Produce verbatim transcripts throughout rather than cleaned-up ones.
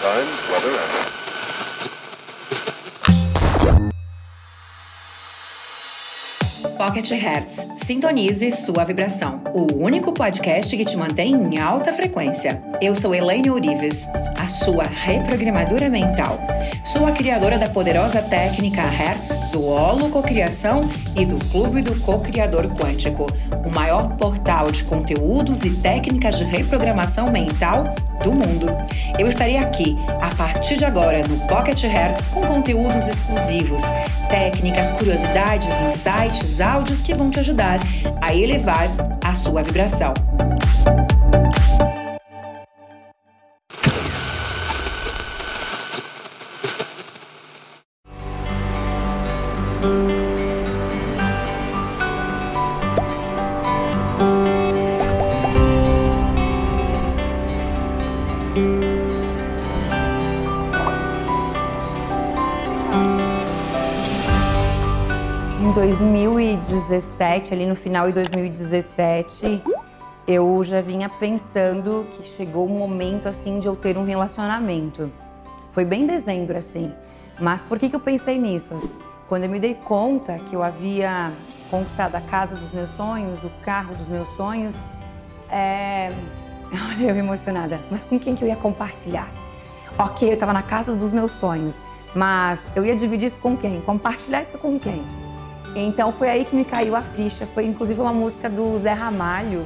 Times, weather, and... Pocket Hertz. Sintonize sua vibração. O único podcast que te mantém em alta frequência. Eu sou Elaine Ourives, a sua reprogramadora mental. Sou a criadora da poderosa técnica Hertz, do Holo Cocriação e do Clube do Co-Criador Quântico, o maior portal de conteúdos e técnicas de reprogramação mental do mundo. Eu estarei aqui, a partir de agora, no Pocket Hertz, com conteúdos exclusivos, técnicas, curiosidades, insights, áudios que vão te ajudar a elevar a sua vibração. Em dois mil e dezessete, ali no final de dois mil e dezessete, eu já vinha pensando que chegou o momento assim de eu ter um relacionamento. Foi bem em dezembro assim. Mas por que que eu pensei nisso? Quando eu me dei conta que eu havia conquistado a casa dos meus sonhos, o carro dos meus sonhos, é... olha, eu emocionada. Mas com quem que eu ia compartilhar? Ok, eu estava na casa dos meus sonhos, mas eu ia dividir isso com quem? Compartilhar isso com quem? Então foi aí que me caiu a ficha. Foi inclusive uma música do Zé Ramalho.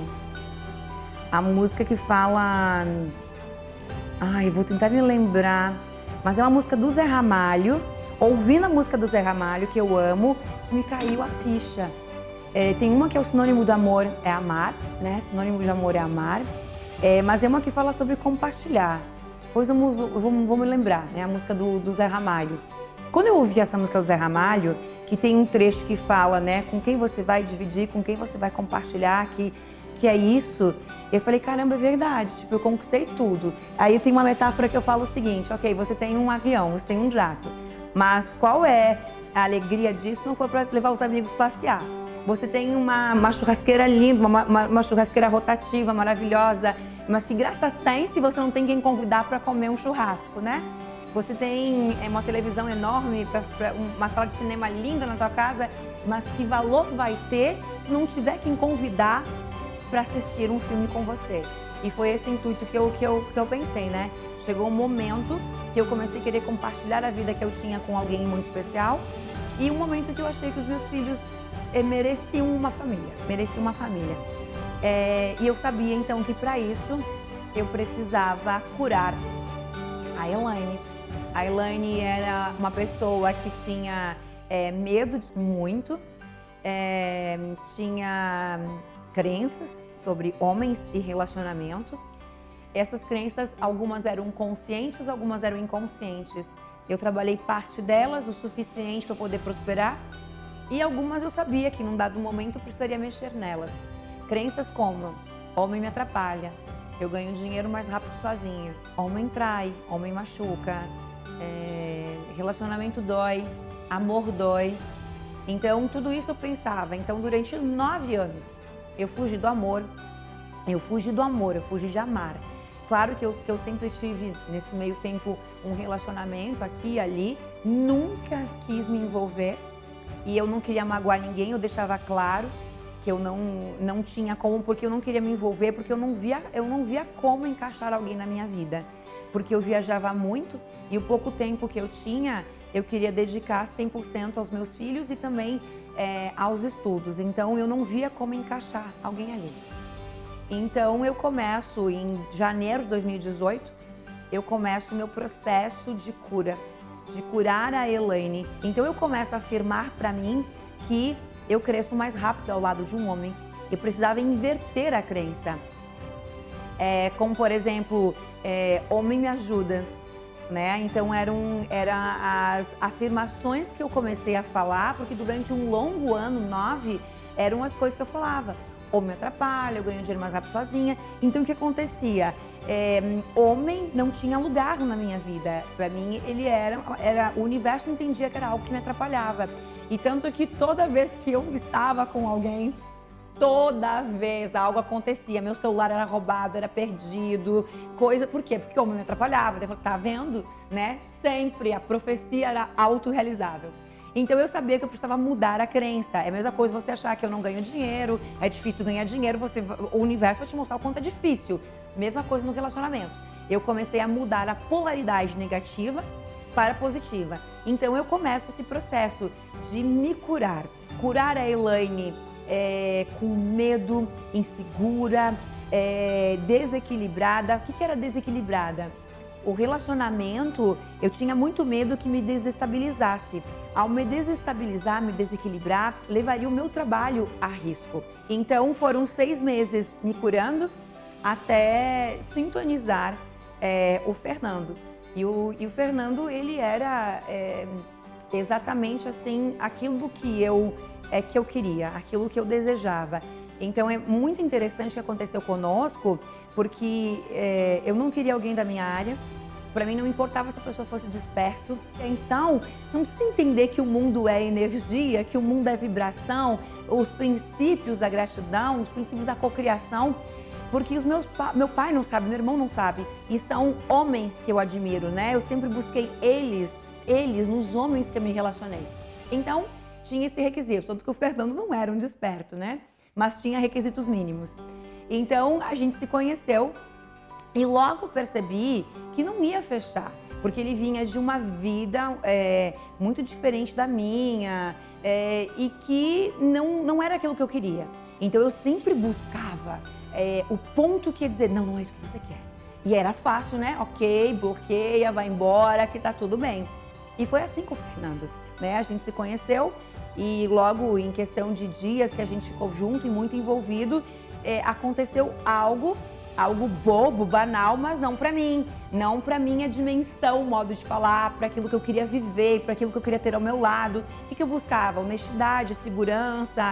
A música que fala... Ai, vou tentar me lembrar. Mas é uma música do Zé Ramalho. Ouvindo a música do Zé Ramalho, que eu amo, me caiu a ficha. É, tem uma que é o sinônimo do amor, é amar, né? Sinônimo de amor é amar. É, mas é uma que fala sobre compartilhar. Depois eu vou, vou, vou me lembrar, né? A música do, do Zé Ramalho. Quando eu ouvi essa música do Zé Ramalho, que tem um trecho que fala, né, com quem você vai dividir, com quem você vai compartilhar, que, que é isso, eu falei, caramba, é verdade, tipo, eu conquistei tudo. Aí eu tenho uma metáfora que eu falo o seguinte, ok, você tem um avião, você tem um jato, mas qual é a alegria disso não for para levar os amigos passear? Você tem uma, uma churrasqueira linda, uma, uma, uma churrasqueira rotativa, maravilhosa, mas que graça tem se você não tem quem convidar para comer um churrasco, né? Você tem uma televisão enorme, pra, pra uma sala de cinema linda na tua casa, mas que valor vai ter se não tiver quem convidar para assistir um filme com você? E foi esse intuito que eu, que, eu, que eu pensei, né? Chegou um momento que eu comecei a querer compartilhar a vida que eu tinha com alguém muito especial e um momento que eu achei que os meus filhos eh, mereciam uma família, mereciam uma família. É, e eu sabia então que para isso eu precisava curar a Elaine. A Elaine era uma pessoa que tinha é, medo de muito, é, tinha crenças sobre homens e relacionamento. Essas crenças, algumas eram conscientes, algumas eram inconscientes. Eu trabalhei parte delas o suficiente para poder prosperar e algumas eu sabia que num dado momento eu precisaria mexer nelas. Crenças como, homem me atrapalha, eu ganho dinheiro mais rápido sozinho, homem trai, homem machuca, é, relacionamento dói, amor dói. Então tudo isso eu pensava. Então durante nove anos eu fugi do amor, eu fugi do amor, eu fugi de amar. Claro que eu, que eu sempre tive nesse meio tempo um relacionamento aqui e ali, nunca quis me envolver e eu não queria magoar ninguém, eu deixava claro que eu não, não tinha como, porque eu não queria me envolver, porque eu não via, eu não via como encaixar alguém na minha vida. Porque eu viajava muito e o pouco tempo que eu tinha, eu queria dedicar cem por cento aos meus filhos e também é, aos estudos. Então eu não via como encaixar alguém ali. Então eu começo em janeiro de dois mil e dezoito, eu começo o meu processo de cura, de curar a Elaine. Então eu começo a afirmar para mim que eu cresço mais rápido ao lado de um homem. Eu precisava inverter a crença. É, como, por exemplo, é, homem me ajuda, né? Então, eram era as afirmações que eu comecei a falar, porque durante um longo ano, nove, eram as coisas que eu falava. Homem me atrapalha, eu ganho dinheiro mais rápido sozinha. Então, o que acontecia? É, homem não tinha lugar na minha vida. Para mim, ele era, era... O universo entendia que era algo que me atrapalhava. E tanto que toda vez que eu estava com alguém toda vez algo acontecia, meu celular era roubado, era perdido, coisa... Por quê? Porque o homem me atrapalhava. Eu falei, tá vendo? Né? Sempre a profecia era autorrealizável. Então eu sabia que eu precisava mudar a crença. É a mesma coisa você achar que eu não ganho dinheiro, é difícil ganhar dinheiro, você, o universo vai te mostrar o quanto é difícil. Mesma coisa no relacionamento. Eu comecei a mudar a polaridade negativa para positiva. Então eu começo esse processo de me curar. Curar a Elaine é, com medo, insegura, é, desequilibrada. O que que era desequilibrada? O relacionamento, eu tinha muito medo que me desestabilizasse. Ao me desestabilizar, me desequilibrar, levaria o meu trabalho a risco. Então foram seis meses me curando até sintonizar é, o Fernando. E o, e o Fernando, ele era é, exatamente assim, aquilo que eu, é, que eu queria, aquilo que eu desejava. Então é muito interessante o que aconteceu conosco, porque é, eu não queria alguém da minha área. Para mim não importava se a pessoa fosse desperto. Então, não precisa entender que o mundo é energia, que o mundo é vibração, os princípios da gratidão, os princípios da cocriação, porque os meus pa... meu pai não sabe, meu irmão não sabe, e são homens que eu admiro, né? Eu sempre busquei eles, eles nos homens que eu me relacionei. Então, tinha esse requisito, tanto que o Fernando não era um desperto, né? Mas tinha requisitos mínimos. Então, a gente se conheceu. E logo percebi que não ia fechar, porque ele vinha de uma vida é, muito diferente da minha é, e que não, não era aquilo que eu queria. Então eu sempre buscava é, o ponto que ia dizer, não, não é isso que você quer. E era fácil, né? Ok, bloqueia, vai embora, que tá tudo bem. E foi assim com o Fernando, né? A gente se conheceu e logo em questão de dias que a gente ficou junto e muito envolvido, é, aconteceu algo Algo bobo, banal, mas não pra mim. Não pra minha dimensão, modo de falar, para aquilo que eu queria viver, para aquilo que eu queria ter ao meu lado. O que, que eu buscava? Honestidade, segurança,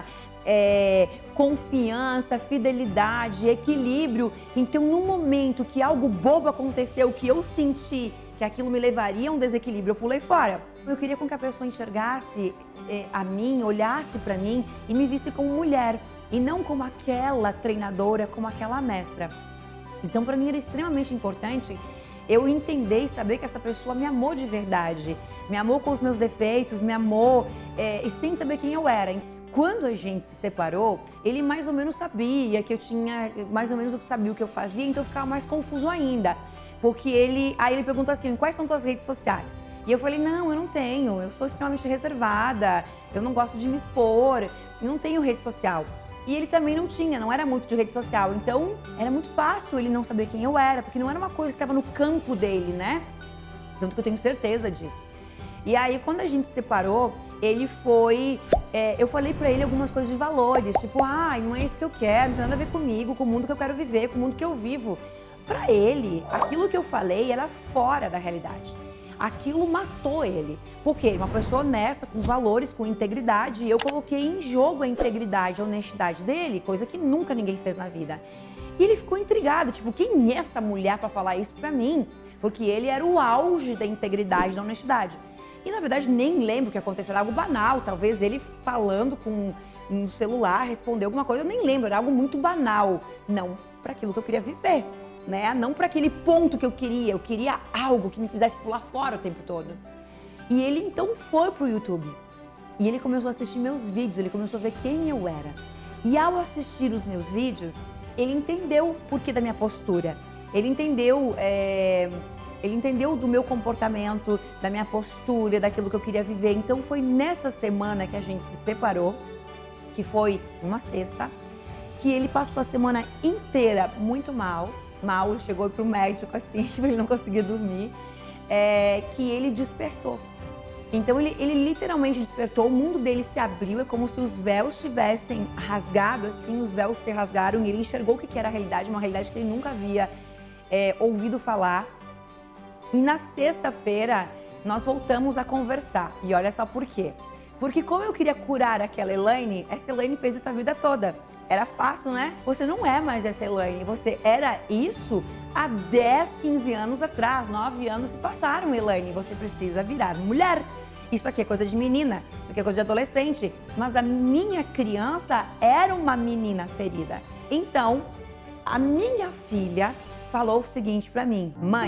é, confiança, fidelidade, equilíbrio. Então, no momento que algo bobo aconteceu, que eu senti que aquilo me levaria a um desequilíbrio, eu pulei fora. Eu queria com que a pessoa enxergasse é, a mim, olhasse pra mim e me visse como mulher. E não como aquela treinadora, como aquela mestra. Então, para mim era extremamente importante eu entender e saber que essa pessoa me amou de verdade. Me amou com os meus defeitos, me amou é, e sem saber quem eu era. Quando a gente se separou, ele mais ou menos sabia que eu tinha, mais ou menos sabia o que eu fazia, então eu ficava mais confuso ainda. Porque ele, aí ele perguntou assim, quais são tuas redes sociais? E eu falei, não, eu não tenho, eu sou extremamente reservada, eu não gosto de me expor, eu não tenho rede social. E ele também não tinha, não era muito de rede social, então era muito fácil ele não saber quem eu era, porque não era uma coisa que estava no campo dele, né? Tanto que eu tenho certeza disso. E aí, quando a gente se separou, ele foi... É, eu falei pra ele algumas coisas de valores, tipo, ah, não é isso que eu quero, não tem nada a ver comigo, com o mundo que eu quero viver, com o mundo que eu vivo. Pra ele, aquilo que eu falei era fora da realidade. Aquilo matou ele. Porque uma pessoa honesta, com valores, com integridade, e eu coloquei em jogo a integridade, a honestidade dele, coisa que nunca ninguém fez na vida. E ele ficou intrigado, tipo, quem é essa mulher pra falar isso pra mim? Porque ele era o auge da integridade, da honestidade. E na verdade nem lembro o que aconteceu, era algo banal, talvez ele falando com um celular, responder alguma coisa, eu nem lembro, era algo muito banal. Não para aquilo que eu queria viver. Né? Não para aquele ponto que eu queria, eu queria algo que me fizesse pular fora o tempo todo. E ele então foi pro YouTube e ele começou a assistir meus vídeos, ele começou a ver quem eu era. E ao assistir os meus vídeos, ele entendeu o porquê da minha postura, ele entendeu, é... ele entendeu do meu comportamento, da minha postura, daquilo que eu queria viver. Então foi nessa semana que a gente se separou, que foi uma sexta, que ele passou a semana inteira muito mal. Mal, ele chegou para o médico assim, ele não conseguia dormir, é, que ele despertou. Então ele, ele literalmente despertou, o mundo dele se abriu, é como se os véus tivessem rasgado, assim, os véus se rasgaram e ele enxergou o que era a realidade, uma realidade que ele nunca havia é, ouvido falar. E na sexta-feira nós voltamos a conversar, e olha só por quê. Porque como eu queria curar aquela Elaine, essa Elaine fez essa vida toda. Era fácil, né? Você não é mais essa Elaine, você era isso há dez, quinze anos atrás, nove anos se passaram, Elaine. Você precisa virar mulher. Isso aqui é coisa de menina, isso aqui é coisa de adolescente. Mas a minha criança era uma menina ferida. Então, a minha filha falou o seguinte pra mim: mãe,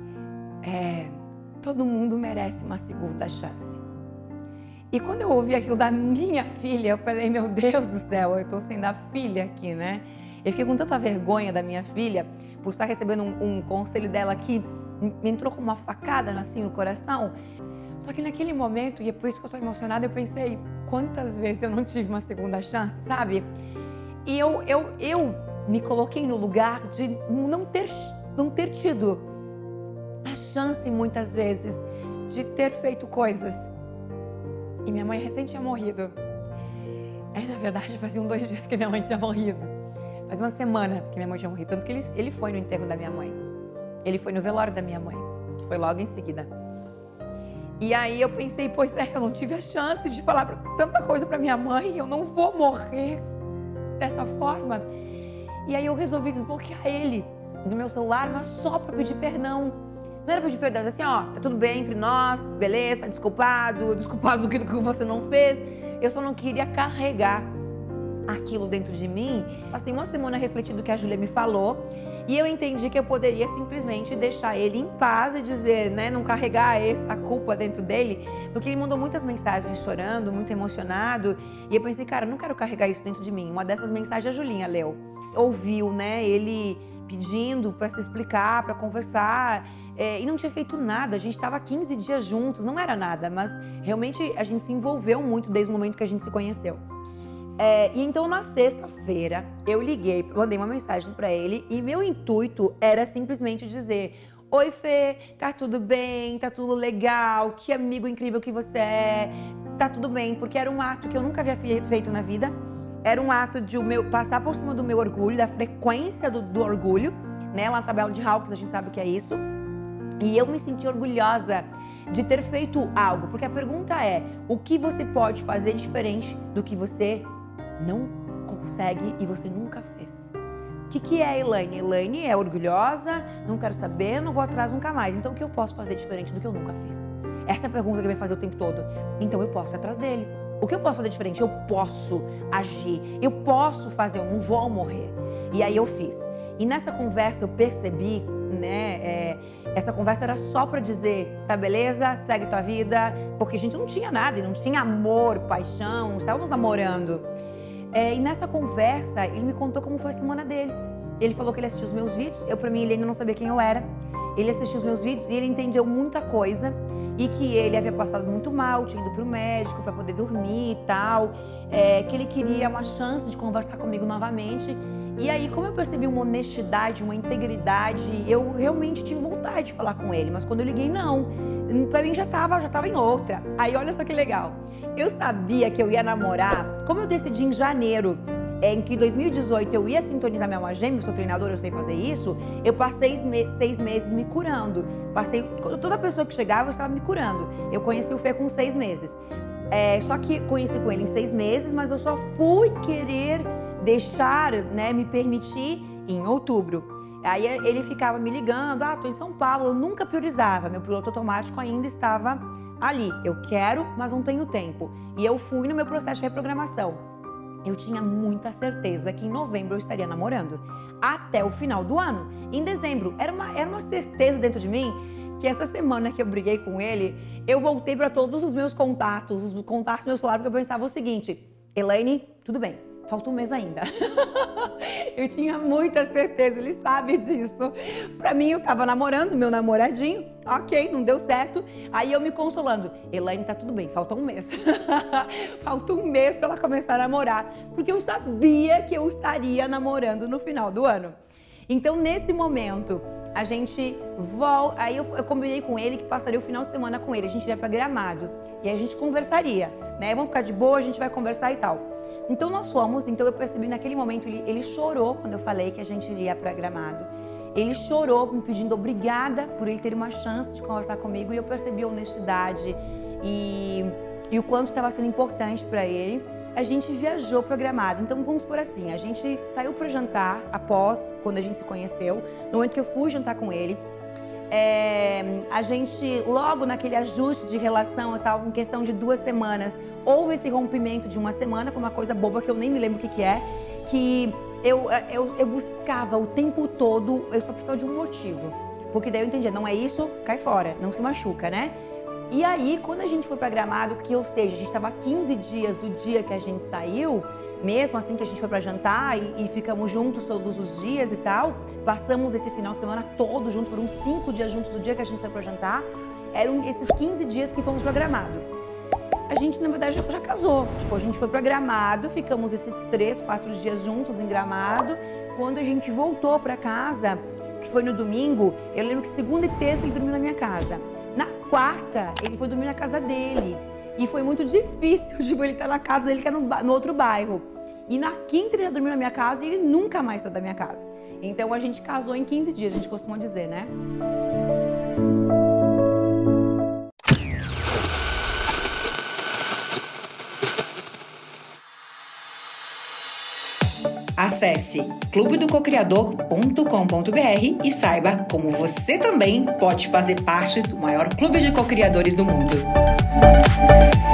é, todo mundo merece uma segunda chance. E quando eu ouvi aquilo da minha filha, eu falei, meu Deus do céu, eu tô sendo a filha aqui, né? Eu fiquei com tanta vergonha da minha filha por estar recebendo um, um conselho dela que me entrou como uma facada assim no coração. Só que naquele momento, e é por isso que eu tô emocionada, eu pensei, quantas vezes eu não tive uma segunda chance, sabe? E eu, eu, eu me coloquei no lugar de não ter, não ter tido a chance, muitas vezes, de ter feito coisas. E minha mãe recém tinha morrido. É, na verdade, faziam dois dias que minha mãe tinha morrido. Faz uma semana que minha mãe tinha morrido. Tanto que ele, ele foi no enterro da minha mãe. Ele foi no velório da minha mãe, que foi logo em seguida. E aí eu pensei, pois é, eu não tive a chance de falar tanta coisa pra minha mãe. Eu não vou morrer dessa forma. E aí eu resolvi desbloquear ele do meu celular, mas só pra pedir perdão. Não era pedir perdão, assim, ó, tá tudo bem entre nós, beleza, tá desculpado, desculpado do que, do que você não fez. Eu só não queria carregar aquilo dentro de mim. Passei uma semana refletindo o que a Júlia me falou e eu entendi que eu poderia simplesmente deixar ele em paz e dizer, né, não carregar essa culpa dentro dele, porque ele mandou muitas mensagens chorando, muito emocionado, e eu pensei, cara, não quero carregar isso dentro de mim. Uma dessas mensagens a Julinha leu, ouviu, né, ele pedindo para se explicar, para conversar, é, e não tinha feito nada. A gente estava quinze dias juntos, não era nada, mas realmente a gente se envolveu muito desde o momento que a gente se conheceu. É, e então na sexta-feira eu liguei, mandei uma mensagem para ele e meu intuito era simplesmente dizer: oi Fê, tá tudo bem, tá tudo legal, que amigo incrível que você é, tá tudo bem, porque era um ato que eu nunca havia feito na vida. Era um ato de o meu, passar por cima do meu orgulho, da frequência do, do orgulho, né? Lá na tabela de Hawkins a gente sabe o que é isso. E eu me senti orgulhosa de ter feito algo, porque a pergunta é, o que você pode fazer diferente do que você não consegue e você nunca fez? O que, que é Elaine? Elaine é orgulhosa, não quero saber, não vou atrás nunca mais. Então o que eu posso fazer diferente do que eu nunca fiz? Essa é a pergunta que ele vai fazer o tempo todo. Então eu posso ir atrás dele. O que eu posso fazer diferente? Eu posso agir, eu posso fazer, eu não vou morrer. E aí eu fiz. E nessa conversa eu percebi, né, é, essa conversa era só pra dizer, tá beleza, segue tua vida, porque a gente não tinha nada, não tinha amor, paixão, estávamos namorando. É, e nessa conversa ele me contou como foi a semana dele. Ele falou que ele assistiu os meus vídeos, eu pra mim ele ainda não sabia quem eu era. Ele assistiu os meus vídeos e ele entendeu muita coisa. E que ele havia passado muito mal, tinha ido pro médico para poder dormir e tal, é, que ele queria uma chance de conversar comigo novamente. E aí, como eu percebi uma honestidade, uma integridade, eu realmente tive vontade de falar com ele, mas quando eu liguei, não. Pra mim já tava, já tava em outra. Aí olha só que legal, eu sabia que eu ia namorar, como eu decidi em janeiro, em que em dois mil e dezoito eu ia sintonizar minha alma gêmea, eu sou treinadora, eu sei fazer isso, eu passei seis meses me curando. Passei, toda pessoa que chegava eu estava me curando. Eu conheci o Fê com seis meses. É, só que conheci com ele em seis meses, mas eu só fui querer deixar, né, me permitir em outubro. Aí ele ficava me ligando, ah, tô em São Paulo, eu nunca priorizava, meu piloto automático ainda estava ali. Eu quero, mas não tenho tempo. E eu fui no meu processo de reprogramação. Eu tinha muita certeza que em novembro eu estaria namorando, até o final do ano. Em dezembro, era uma, era uma certeza dentro de mim que essa semana que eu briguei com ele, eu voltei para todos os meus contatos, os contatos do meu celular, porque eu pensava o seguinte: Elaine, tudo bem, falta um mês ainda. Eu tinha muita certeza, ele sabe disso. Pra mim, eu tava namorando, meu namoradinho, ok, não deu certo. Aí eu me consolando, Elaine, tá tudo bem, falta um mês. Falta um mês pra ela começar a namorar, porque eu sabia que eu estaria namorando no final do ano. Então, nesse momento, a gente volta, aí eu, eu combinei com ele que passaria o final de semana com ele, a gente iria pra Gramado, e aí a gente conversaria, né, vamos ficar de boa, a gente vai conversar e tal. Então nós fomos, então eu percebi naquele momento, ele, ele chorou quando eu falei que a gente iria pra Gramado. Ele chorou me pedindo obrigada por ele ter uma chance de conversar comigo, e eu percebi a honestidade e, e o quanto estava sendo importante para ele. A gente viajou para Gramado. Então vamos por assim, a gente saiu para jantar após, quando a gente se conheceu, no momento que eu fui jantar com ele. É, a gente, logo naquele ajuste de relação e tal, em questão de duas semanas, houve esse rompimento de uma semana, foi uma coisa boba que eu nem me lembro o que que é, que eu, eu, eu buscava o tempo todo, eu só precisava de um motivo. Porque daí eu entendia, não é isso, cai fora, não se machuca, né? E aí, quando a gente foi pra Gramado, que ou seja, a gente tava quinze dias do dia que a gente saiu, mesmo assim que a gente foi pra jantar e, e ficamos juntos todos os dias e tal, passamos esse final de semana todo juntos, por uns cinco dias juntos do dia que a gente saiu pra jantar, eram esses quinze dias que fomos pra Gramado. A gente, na verdade, já, já casou. Tipo, a gente foi pra Gramado, ficamos esses três, quatro dias juntos em Gramado. Quando a gente voltou pra casa, que foi no domingo, eu lembro que segunda e terça ele dormiu na minha casa. Na quarta, ele foi dormir na casa dele. E foi muito difícil, tipo, ele tá na casa dele, que é no, no outro bairro. E na quinta ele já dormiu na minha casa e ele nunca mais saiu da minha casa. Então a gente casou em quinze dias, a gente costuma dizer, né? Acesse clube do cocriador ponto com ponto b r e saiba como você também pode fazer parte do maior clube de cocriadores do mundo.